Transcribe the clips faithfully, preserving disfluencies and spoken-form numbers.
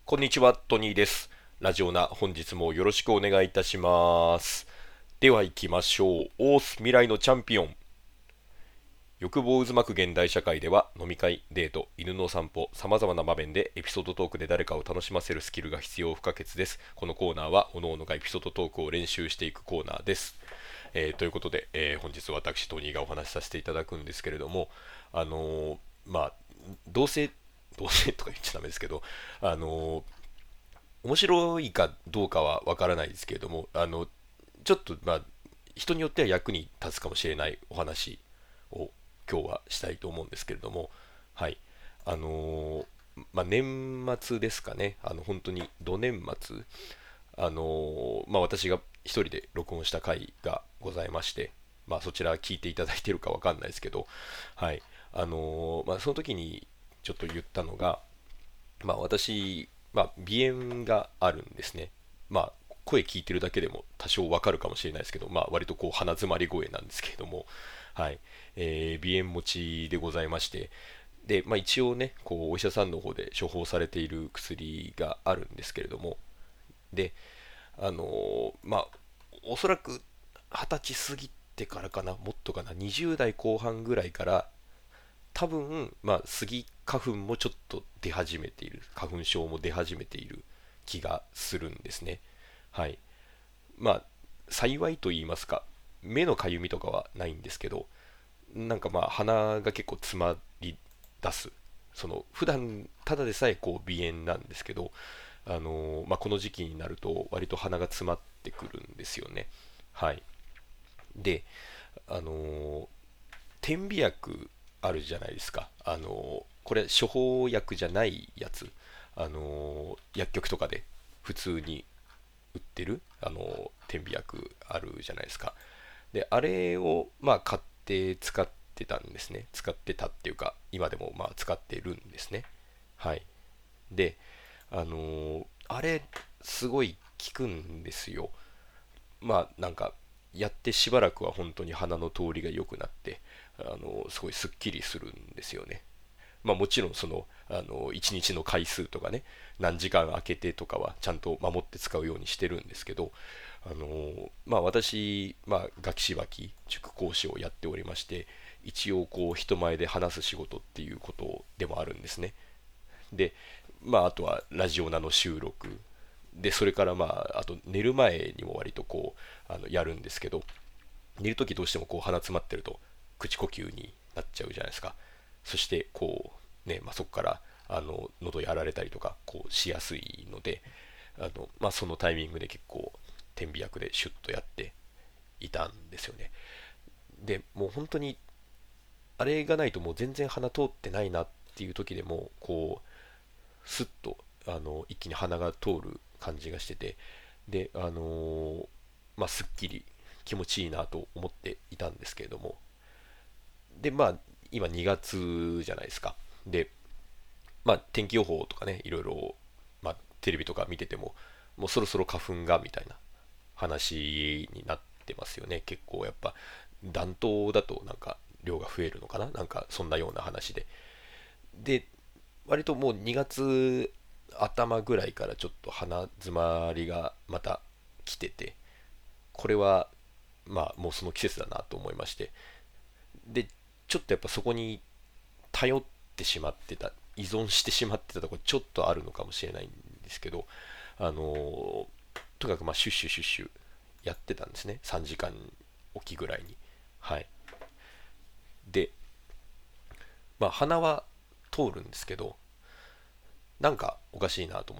こんにちは、トニーです。ラジオナ、本日もよろしくお願いいたします。では行きましょう。オース未来のチャンピオン。欲望渦巻く現代社会では、飲み会、デート、犬の散歩、様々な場面でエピソードトークで誰かを楽しませるスキルが必要不可欠です。このコーナーは、各々がエピソードトークを練習していくコーナーです。えーということで、えー本日私、トニーがお話しさせていただくんですけれども、あのーまあ、どうせ、どうせとか言っちゃダメですけど、あのー面白いかどうかはわからないですけれども、あの、ちょっと、まあ、人によっては役に立つかもしれないお話を今日はしたいと思うんですけれども、はい。あのーまあ、年末ですかね、あの、本当に、ど年末、あのーまあ、私が一人で録音した回がございまして、まあ、そちら聞いていただいているかわかんないですけど、はい。あのーまあ、その時にちょっと言ったのが、まあ私、まあ鼻炎があるんですね。まあ声聞いてるだけでも多少わかるかもしれないですけど、まあ割とこう鼻詰まり声なんですけれども、はい、えー鼻炎持ちでございまして、で、まあ一応ね、こうお医者さんの方で処方されている薬があるんですけれども、で、あのーまあおそらくはたち過ぎてからかな、もっとかな、にじゅう代後半ぐらいから多分、まあ、スギ花粉もちょっと出始めている、花粉症も出始めている気がするんですね。はい。まあ、幸いと言いますか、目のかゆみとかはないんですけど、なんかまあ、鼻が結構詰まり出す。その、普段、ただでさえこう、鼻炎なんですけど、あのーまあ、この時期になると、割と鼻が詰まってくるんですよね。はい。で、あのー点鼻薬あるじゃないですか。あのこれ処方薬じゃないやつ。あの薬局とかで普通に売ってるあの点鼻薬あるじゃないですか。で、あれをまあ買って使ってたんですね。使ってたっていうか、今でもまあ使ってるんですね。はい。で、あのあれすごい効くんですよ。まあなんかやってしばらくは本当に鼻の通りが良くなって、あのすごいすっきりするんですよね。まあもちろんその、あのいちにちの回数とかね、何時間空けてとかはちゃんと守って使うようにしてるんですけど、あのまあ私、まあ楽器しばき塾講師をやっておりまして、一応こう人前で話す仕事っていうことでもあるんですね。で、まああとはラジオナの収録で、それからまああと寝る前にも割とこうあのやるんですけど、寝るときどうしてもこう鼻詰まってると口呼吸になっちゃうじゃないですか。そしてこうね、まあ、そこからあの喉やられたりとかこうしやすいので、あの、まあ、そのタイミングで結構点鼻薬でシュッとやっていたんですよね。でもう本当にあれがないともう全然鼻通ってないなっていう時でもこうスッとあの一気に鼻が通る感じがしてて、であのーまあすっきり気持ちいいなと思っていたんですけれども、でまあ今にがつじゃないですか。でまあ天気予報とかね、いろいろ、まあ、テレビとか見ててももうそろそろ花粉がみたいな話になってますよね。結構やっぱ暖冬だとなんか量が増えるのかな、なんかそんなような話で、で割ともうにがつ頭ぐらいからちょっと鼻詰まりがまた来てて、これはまあもうその季節だなと思いまして、でちょっとやっぱそこに頼ってしまってた、依存してしまってたところちょっとあるのかもしれないんですけど、あのーとにかくまあシュッシュシュッシュやってたんですね、さんじかんおきぐらいに。はい。でまあ鼻は通るんですけど、なんかおかしいなと思って、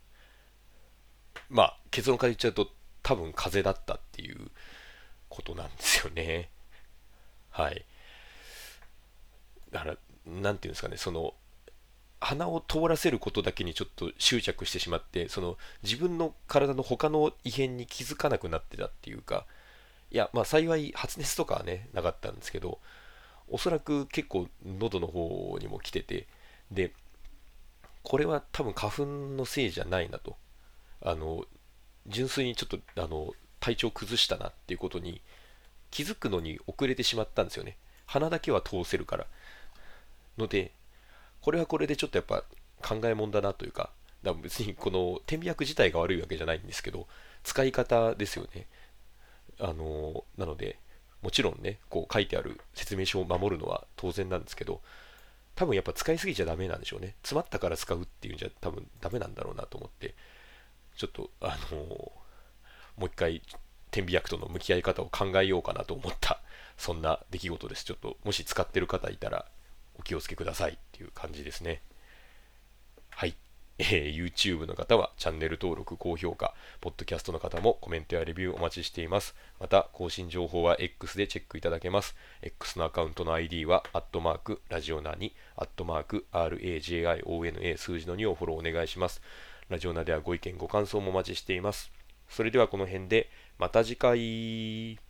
まあ結論から言っちゃうと多分風邪だったっていうことなんですよね。はい。だからなんていうんですかね、その鼻を通らせることだけにちょっと執着してしまって、その自分の体の他の異変に気づかなくなってたっていうか、いやまあ幸い発熱とかはねなかったんですけど、おそらく結構喉の方にも来てて、でこれは多分花粉のせいじゃないなと、あの純粋にちょっとあの体調崩したなっていうことに気づくのに遅れてしまったんですよね。鼻だけは通せるからので、これはこれでちょっとやっぱ考えもんだなというか、 だから別にこの点鼻薬自体が悪いわけじゃないんですけど、使い方ですよね。あのなので、もちろんね、こう書いてある説明書を守るのは当然なんですけど、多分やっぱ使いすぎちゃダメなんでしょうね。詰まったから使うっていうんじゃ多分ダメなんだろうなと思って、ちょっと、あのもう一回、点鼻薬との向き合い方を考えようかなと思った、そんな出来事です。ちょっと、もし使ってる方いたら、お気をつけくださいっていう感じですね。はい。えー YouTube の方はチャンネル登録、高評価、Podcast の方もコメントやレビューお待ちしています。また、更新情報は X でチェックいただけます。X のアカウントの アイディー は、アットマーク、ラジオナに、アットマーク、ラジオナ 数字のにをフォローお願いします。ラジオナではご意見、ご感想もお待ちしています。それではこの辺で、また次回。